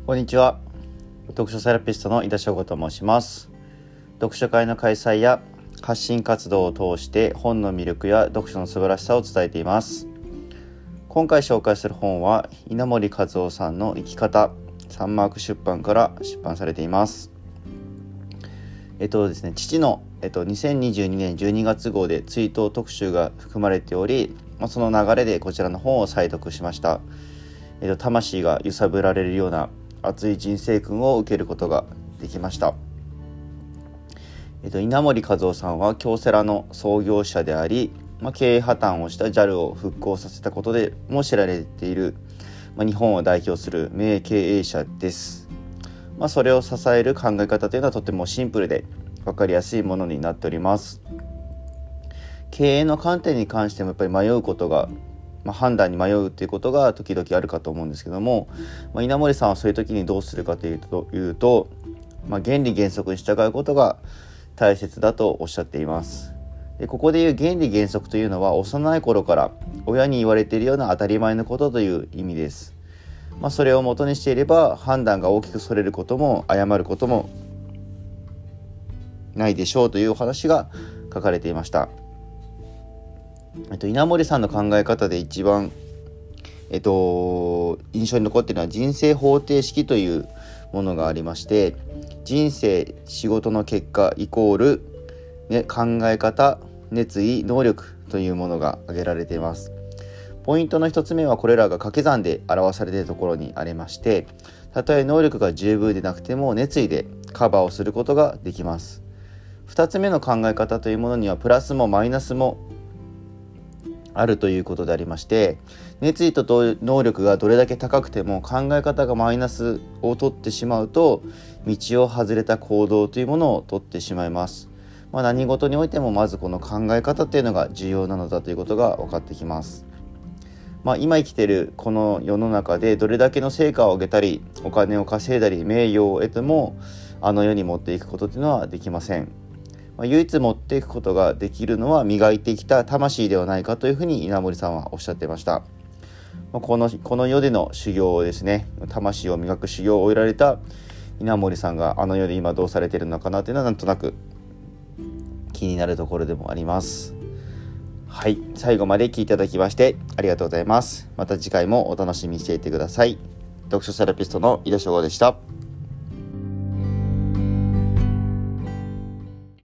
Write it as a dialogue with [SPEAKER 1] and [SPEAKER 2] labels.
[SPEAKER 1] こんにちは。読書セラピストの井田翔吾と申します。読書会の開催や発信活動を通して本の魅力や読書の素晴らしさを伝えています。今回紹介する本は稲盛和夫さんの生き方、サンマーク出版から出版されています。ですね、父の、2022年12月号で追悼特集が含まれており、その流れでこちらの本を再読しました。魂が揺さぶられるような熱い人生訓を受けることができました。稲盛和夫さんは京セラの創業者であり、経営破綻をした JAL を復興させたことでも知られている、日本を代表する名経営者です。それを支える考え方というのはとてもシンプルで分かりやすいものになっております。経営の観点に関してもやっぱり迷うことが、判断に迷うということが時々あるかと思うんですけども、稲盛さんはそういう時にどうするかというと、原理原則に従うことが大切だとおっしゃっています。でここでいう原理原則というのは幼い頃から親に言われているような当たり前のことという意味です。それを元にしていれば判断が大きくそれることも誤ることもないでしょうというお話が書かれていました。稲盛さんの考え方で一番、印象に残っているのは人生方程式というものがありまして、人生仕事の結果イコール、考え方、熱意、能力というものが挙げられています。ポイントの一つ目はこれらが掛け算で表されているところにありまして、たとえ能力が十分でなくても熱意でカバーをすることができます。二つ目の考え方というものにはプラスもマイナスもあるということでありまして、熱意と能力がどれだけ高くても考え方がマイナスを取ってしまうと道を外れた行動というものを取ってしまいます。何事においてもまずこの考え方というのが重要なのだということが分かってきます。今生きているこの世の中でどれだけの成果を上げたりお金を稼いだり名誉を得てもあの世に持っていくことというのはできません。唯一持っていくことができるのは磨いてきた魂ではないかというふうに稲盛さんはおっしゃっていました。この世での修行をですね、魂を磨く修行を終えられた稲盛さんがあの世で今どうされているのかなというのはなんとなく気になるところでもあります。はい、最後まで聞いていただきましてありがとうございます。また次回もお楽しみにしていてください。読書セラピストの井田翔吾でした。